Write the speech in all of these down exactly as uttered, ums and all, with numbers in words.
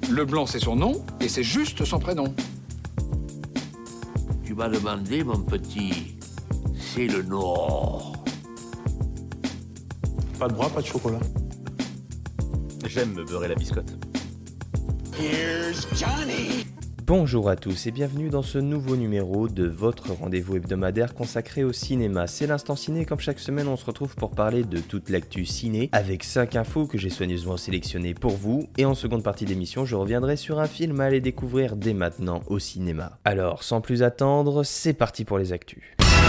Le blanc, c'est son nom, et c'est juste son prénom. Tu m'as demandé, mon petit, c'est le Nord. Pas de bras, pas de chocolat. J'aime me beurrer la biscotte. Here's Johnny. Bonjour à tous et bienvenue dans ce nouveau numéro de votre rendez-vous hebdomadaire consacré au cinéma. C'est l'Instant Ciné, comme chaque semaine on se retrouve pour parler de toute l'actu ciné avec cinq infos que j'ai soigneusement sélectionnées pour vous. Et en seconde partie d'émission, je reviendrai sur un film à aller découvrir dès maintenant au cinéma. Alors, sans plus attendre, c'est parti pour les actus.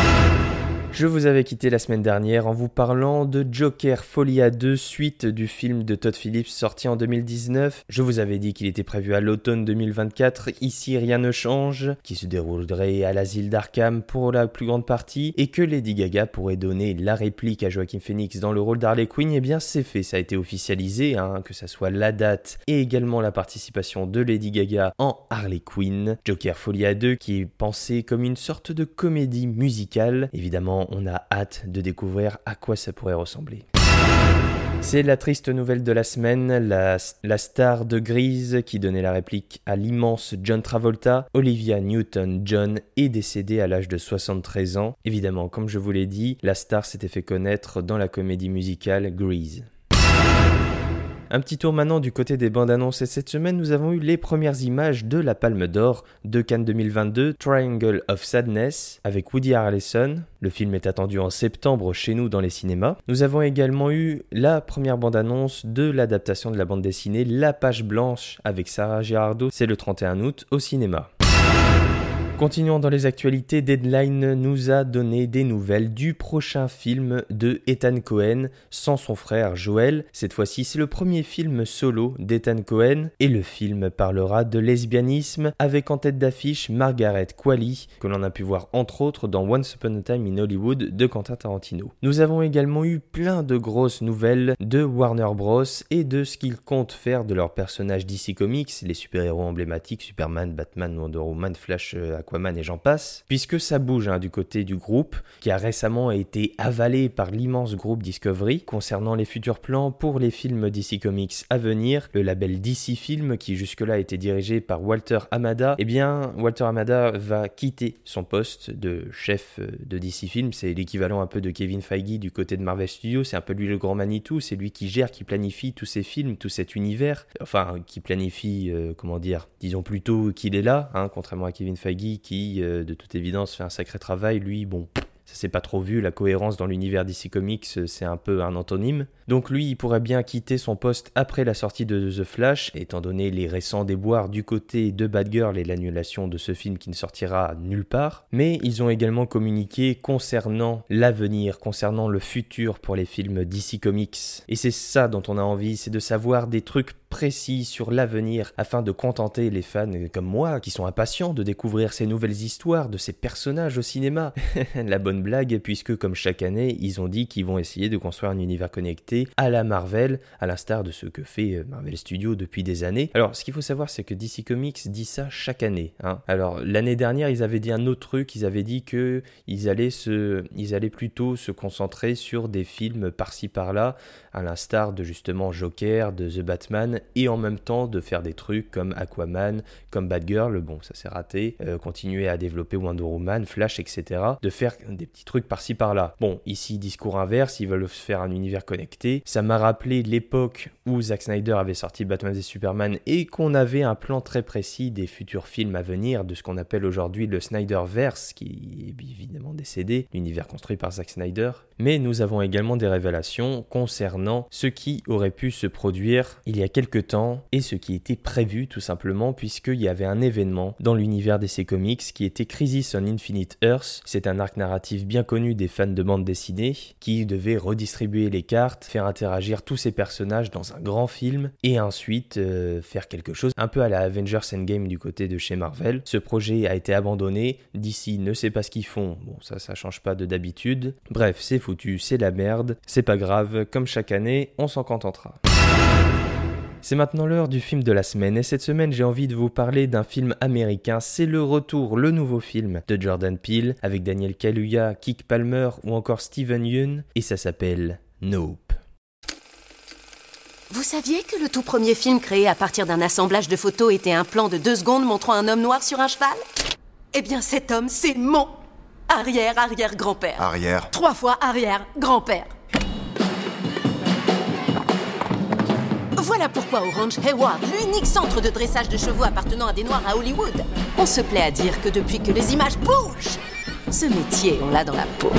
Je vous avais quitté la semaine dernière en vous parlant de Joker Folie à deux, suite du film de Todd Phillips sorti en deux mille dix-neuf. Je vous avais dit qu'il était prévu à l'automne deux mille vingt-quatre, ici rien ne change, qui se déroulerait à l'asile d'Arkham pour la plus grande partie, et que Lady Gaga pourrait donner la réplique à Joaquin Phoenix dans le rôle d'Harley Quinn. Eh bien c'est fait, ça a été officialisé, hein, que ça soit la date et également la participation de Lady Gaga en Harley Quinn. Joker Folie à deux qui est pensé comme une sorte de comédie musicale, évidemment on a hâte de découvrir à quoi ça pourrait ressembler. C'est la triste nouvelle de la semaine, la, la star de Grease qui donnait la réplique à l'immense John Travolta, Olivia Newton-John, est décédée à l'âge de soixante-treize ans. Évidemment, comme je vous l'ai dit, la star s'était fait connaître dans la comédie musicale Grease. Un petit tour maintenant du côté des bandes annonces et cette semaine nous avons eu les premières images de la Palme d'Or de Cannes deux mille vingt-deux, Triangle of Sadness avec Woody Harrelson. Le film est attendu en septembre chez nous dans les cinémas. Nous avons également eu la première bande annonce de l'adaptation de la bande dessinée La Page Blanche avec Sarah Girardeau, c'est le trente et un août au cinéma. Continuons dans les actualités, Deadline nous a donné des nouvelles du prochain film de Ethan Cohen sans son frère Joel. Cette fois-ci, c'est le premier film solo d'Ethan Cohen et le film parlera de lesbianisme avec en tête d'affiche Margaret Qualley, que l'on a pu voir entre autres dans Once Upon a Time in Hollywood de Quentin Tarantino. Nous avons également eu plein de grosses nouvelles de Warner Bros et de ce qu'ils comptent faire de leurs personnages D C Comics, les super-héros emblématiques Superman, Batman, Wonder Woman, Flash, Aquaman et j'en passe, puisque ça bouge hein, du côté du groupe, qui a récemment été avalé par l'immense groupe Discovery. Concernant les futurs plans pour les films D C Comics à venir, le label D C Film, qui jusque-là était dirigé par Walter Hamada, eh bien Walter Hamada va quitter son poste de chef de D C Film, c'est l'équivalent un peu de Kevin Feige du côté de Marvel Studios, c'est un peu lui le grand Manitou, c'est lui qui gère, qui planifie tous ces films, tout cet univers, enfin qui planifie, euh, comment dire, disons plutôt qu'il est là, hein, contrairement à Kevin Feige, qui, euh, de toute évidence, fait un sacré travail. Lui, bon, ça s'est pas trop vu, la cohérence dans l'univers D C Comics, c'est un peu un antonyme. Donc lui, il pourrait bien quitter son poste après la sortie de The Flash, étant donné les récents déboires du côté de Batgirl et l'annulation de ce film qui ne sortira nulle part. Mais ils ont également communiqué concernant l'avenir, concernant le futur pour les films D C Comics. Et c'est ça dont on a envie, c'est de savoir des trucs précis sur l'avenir afin de contenter les fans comme moi qui sont impatients de découvrir ces nouvelles histoires de ces personnages au cinéma. La bonne blague, puisque comme chaque année, ils ont dit qu'ils vont essayer de construire un univers connecté à la Marvel, à l'instar de ce que fait Marvel Studios depuis des années. Alors, ce qu'il faut savoir, c'est que D C Comics dit ça chaque année. Hein. Alors, l'année dernière, ils avaient dit un autre truc, ils avaient dit que ils allaient, se, ils allaient plutôt se concentrer sur des films par-ci par-là, à l'instar de justement Joker, de The Batman, et en même temps de faire des trucs comme Aquaman, comme Batgirl, bon ça s'est raté, euh, continuer à développer Wonder Woman, Flash, et cetera. De faire des petits trucs par-ci par-là. Bon, ici discours inverse, ils veulent faire un univers connecté. Ça m'a rappelé l'époque où Zack Snyder avait sorti Batman et Superman et qu'on avait un plan très précis des futurs films à venir, de ce qu'on appelle aujourd'hui le Snyderverse, qui est évidemment décédé, l'univers construit par Zack Snyder. Mais nous avons également des révélations concernant ce qui aurait pu se produire il y a quelques temps et ce qui était prévu tout simplement, puisqu'il y avait un événement dans l'univers D C Comics qui était Crisis on Infinite Earths. C'est un arc narratif bien connu des fans de bande dessinée qui devait redistribuer les cartes, faire interagir tous ces personnages dans un grand film et ensuite euh, faire quelque chose un peu à la Avengers Endgame du côté de chez Marvel. Ce projet a été abandonné, D C ne sait pas ce qu'ils font, bon ça ça change pas de d'habitude. Bref, c'est foutu, c'est la merde, c'est pas grave, comme chaque année, on s'en contentera. C'est maintenant l'heure du film de la semaine et cette semaine j'ai envie de vous parler d'un film américain, c'est le retour, le nouveau film de Jordan Peele avec Daniel Kaluuya, Keke Palmer ou encore Steven Yeun et ça s'appelle Nope. Vous saviez que le tout premier film créé à partir d'un assemblage de photos était un plan de deux secondes montrant un homme noir sur un cheval? Eh bien, cet homme, c'est mon arrière-arrière-grand-père. Arrière. Trois fois arrière-grand-père. Voilà pourquoi au Ranch Hayward, l'unique centre de dressage de chevaux appartenant à des Noirs à Hollywood, on se plaît à dire que depuis que les images bougent, ce métier, on l'a dans la peau.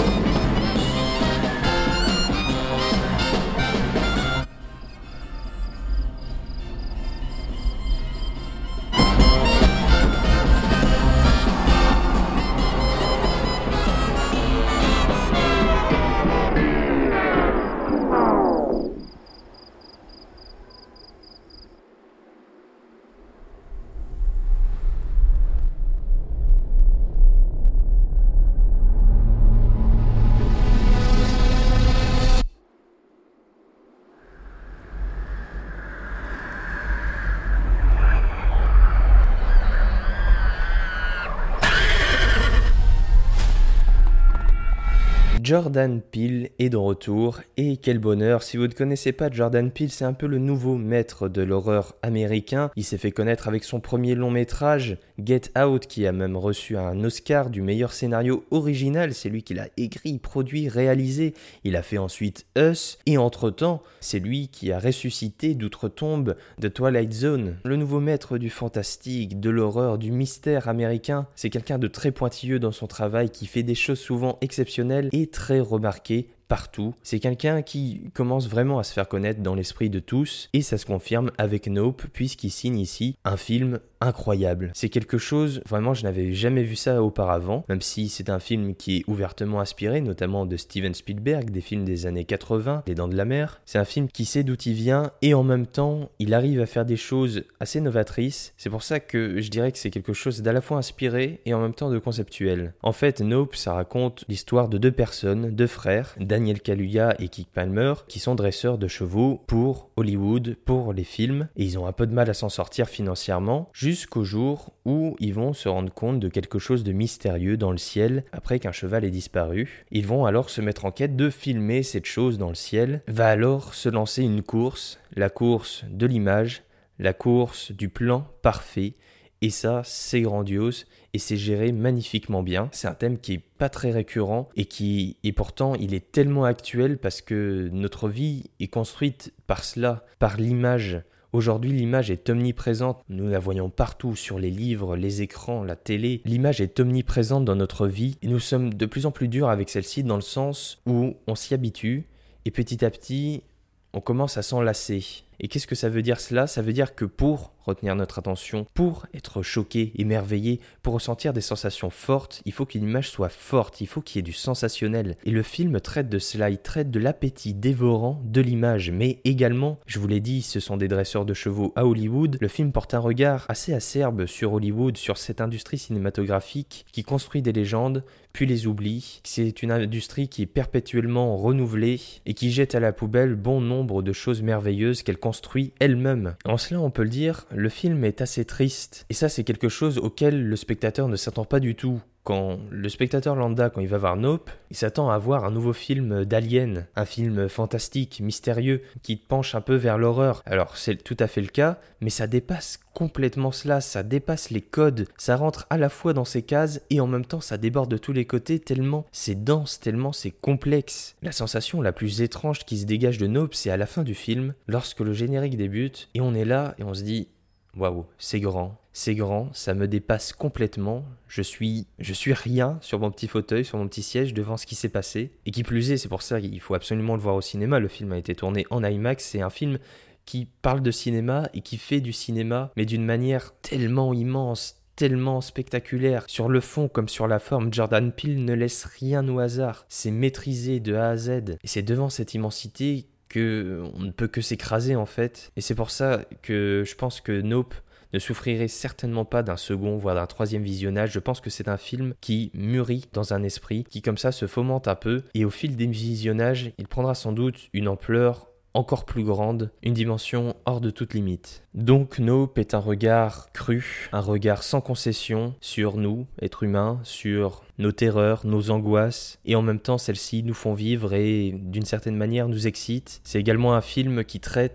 Jordan Peele est de retour, et quel bonheur. Si vous ne connaissez pas Jordan Peele, c'est un peu le nouveau maître de l'horreur américain. Il s'est fait connaître avec son premier long métrage, Get Out, qui a même reçu un Oscar du meilleur scénario original. C'est lui qui l'a écrit, produit, réalisé. Il a fait ensuite Us, et entre-temps, c'est lui qui a ressuscité d'outre-tombe The Twilight Zone. Le nouveau maître du fantastique, de l'horreur, du mystère américain. C'est quelqu'un de très pointilleux dans son travail, qui fait des choses souvent exceptionnelles et très remarqué partout. C'est quelqu'un qui commence vraiment à se faire connaître dans l'esprit de tous, et ça se confirme avec Nope, puisqu'il signe ici un film incroyable. C'est quelque chose, vraiment, je n'avais jamais vu ça auparavant, même si c'est un film qui est ouvertement inspiré, notamment de Steven Spielberg, des films des années quatre-vingts, Les Dents de la Mer. C'est un film qui sait d'où il vient, et en même temps, il arrive à faire des choses assez novatrices. C'est pour ça que je dirais que c'est quelque chose d'à la fois inspiré et en même temps de conceptuel. En fait, Nope, ça raconte l'histoire de deux personnes, deux frères, Daniel Kaluuya et Keke Palmer, qui sont dresseurs de chevaux pour Hollywood, pour les films, et ils ont un peu de mal à s'en sortir financièrement, jusqu'au jour où ils vont se rendre compte de quelque chose de mystérieux dans le ciel après qu'un cheval ait disparu. Ils vont alors se mettre en quête de filmer cette chose dans le ciel. Va alors se lancer une course, la course de l'image, la course du plan parfait. Et ça, c'est grandiose et c'est géré magnifiquement bien. C'est un thème qui est pas très récurrent et qui, et pourtant, il est tellement actuel parce que notre vie est construite par cela, par l'image. Aujourd'hui, l'image est omniprésente. Nous la voyons partout, sur les livres, les écrans, la télé. L'image est omniprésente dans notre vie et nous sommes de plus en plus durs avec celle-ci dans le sens où on s'y habitue et petit à petit, on commence à s'en lasser. Et qu'est-ce que ça veut dire cela? Ça veut dire que pour retenir notre attention, pour être choqué, émerveillé, pour ressentir des sensations fortes, il faut qu'une image soit forte, il faut qu'il y ait du sensationnel. Et le film traite de cela, il traite de l'appétit dévorant de l'image. Mais également, je vous l'ai dit, ce sont des dresseurs de chevaux à Hollywood. Le film porte un regard assez acerbe sur Hollywood, sur cette industrie cinématographique qui construit des légendes, puis les oublie. C'est une industrie qui est perpétuellement renouvelée et qui jette à la poubelle bon nombre de choses merveilleuses qu'elle construit elle-même. En cela, on peut le dire, le film est assez triste. Et ça, c'est quelque chose auquel le spectateur ne s'attend pas du tout. Quand le spectateur lambda, quand il va voir Nope, il s'attend à voir un nouveau film d'Alien, un film fantastique, mystérieux, qui penche un peu vers l'horreur. Alors c'est tout à fait le cas, mais ça dépasse complètement cela, ça dépasse les codes, ça rentre à la fois dans ces cases et en même temps ça déborde de tous les côtés tellement c'est dense, tellement c'est complexe. La sensation la plus étrange qui se dégage de Nope, c'est à la fin du film, lorsque le générique débute, et on est là et on se dit « Waouh, c'est grand ». C'est grand, ça me dépasse complètement, je suis, je suis rien sur mon petit fauteuil, sur mon petit siège devant ce qui s'est passé. Et qui plus est, c'est pour ça qu'il faut absolument le voir au cinéma, le film a été tourné en IMAX, c'est un film qui parle de cinéma et qui fait du cinéma, mais d'une manière tellement immense, tellement spectaculaire. Sur le fond comme sur la forme, Jordan Peele ne laisse rien au hasard, c'est maîtrisé de A à Z. Et c'est devant cette immensité qu'on ne peut que s'écraser en fait. Et c'est pour ça que je pense que Nope ne souffrirait certainement pas d'un second, voire d'un troisième visionnage. Je pense que c'est un film qui mûrit dans un esprit, qui comme ça se fomente un peu, et au fil des visionnages, il prendra sans doute une ampleur encore plus grande, une dimension hors de toute limite. Donc Nope est un regard cru, un regard sans concession sur nous, êtres humains, sur nos terreurs, nos angoisses, et en même temps celles-ci nous font vivre et d'une certaine manière nous excitent. C'est également un film qui traite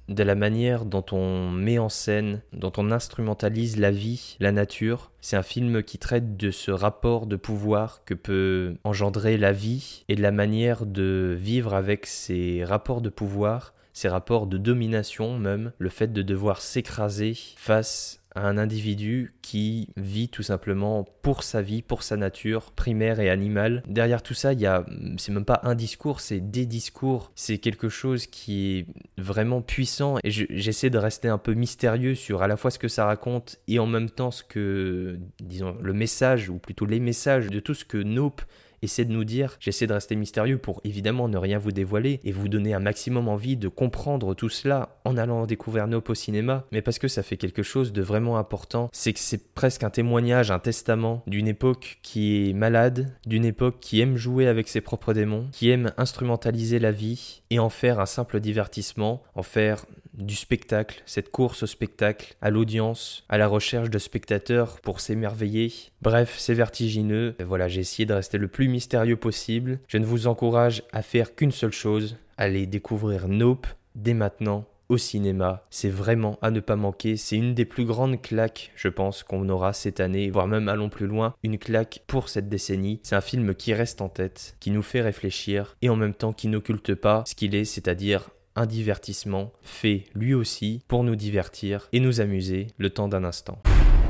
de la manière dont on met en scène, dont on instrumentalise la vie, la nature. C'est un film qui traite de ce rapport de pouvoir que peut engendrer la vie et de la manière de vivre avec ces rapports de pouvoir, ces rapports de domination même, le fait de devoir s'écraser face à un individu qui vit tout simplement pour sa vie, pour sa nature primaire et animale. Derrière tout ça, il y a, c'est même pas un discours, c'est des discours. C'est quelque chose qui est vraiment puissant et je, j'essaie de rester un peu mystérieux sur à la fois ce que ça raconte et en même temps ce que, disons, le message, ou plutôt les messages de tout ce que Nope essaie de nous dire. J'essaie de rester mystérieux pour évidemment ne rien vous dévoiler et vous donner un maximum envie de comprendre tout cela en allant découvrir Nope au cinéma, mais parce que ça fait quelque chose de vraiment important. C'est que c'est presque un témoignage, un testament d'une époque qui est malade, d'une époque qui aime jouer avec ses propres démons, qui aime instrumentaliser la vie et en faire un simple divertissement, en faire du spectacle, cette course au spectacle, à l'audience, à la recherche de spectateurs pour s'émerveiller. Bref, c'est vertigineux. Et voilà, j'ai essayé de rester le plus mystérieux possible. Je ne vous encourage à faire qu'une seule chose, allez découvrir Nope dès maintenant au cinéma. C'est vraiment à ne pas manquer. C'est une des plus grandes claques, je pense, qu'on aura cette année, voire même allons plus loin, une claque pour cette décennie. C'est un film qui reste en tête, qui nous fait réfléchir et en même temps qui n'occulte pas ce qu'il est, c'est-à-dire un divertissement fait lui aussi pour nous divertir et nous amuser le temps d'un instant.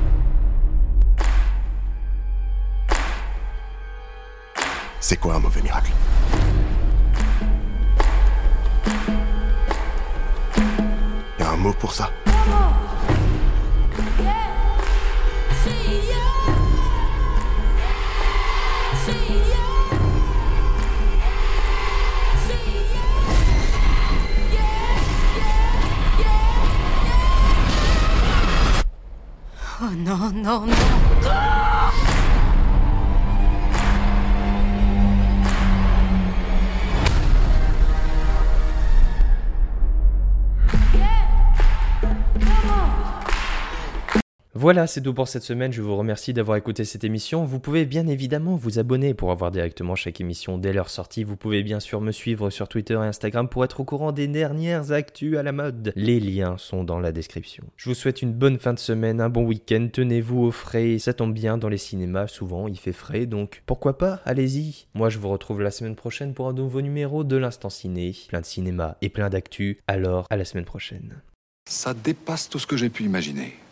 C'est quoi un mauvais miracle? Y a un mot pour ça? Oh non, non, non. Voilà, c'est tout pour cette semaine. Je vous remercie d'avoir écouté cette émission. Vous pouvez bien évidemment vous abonner pour avoir directement chaque émission dès leur sortie. Vous pouvez bien sûr me suivre sur Twitter et Instagram pour être au courant des dernières actus à la mode. Les liens sont dans la description. Je vous souhaite une bonne fin de semaine, un bon week-end. Tenez-vous au frais. Ça tombe bien, dans les cinémas, souvent il fait frais, donc pourquoi pas, allez-y. Moi je vous retrouve la semaine prochaine pour un nouveau numéro de l'Instant Ciné. Plein de cinéma et plein d'actu. Alors, à la semaine prochaine. Ça dépasse tout ce que j'ai pu imaginer.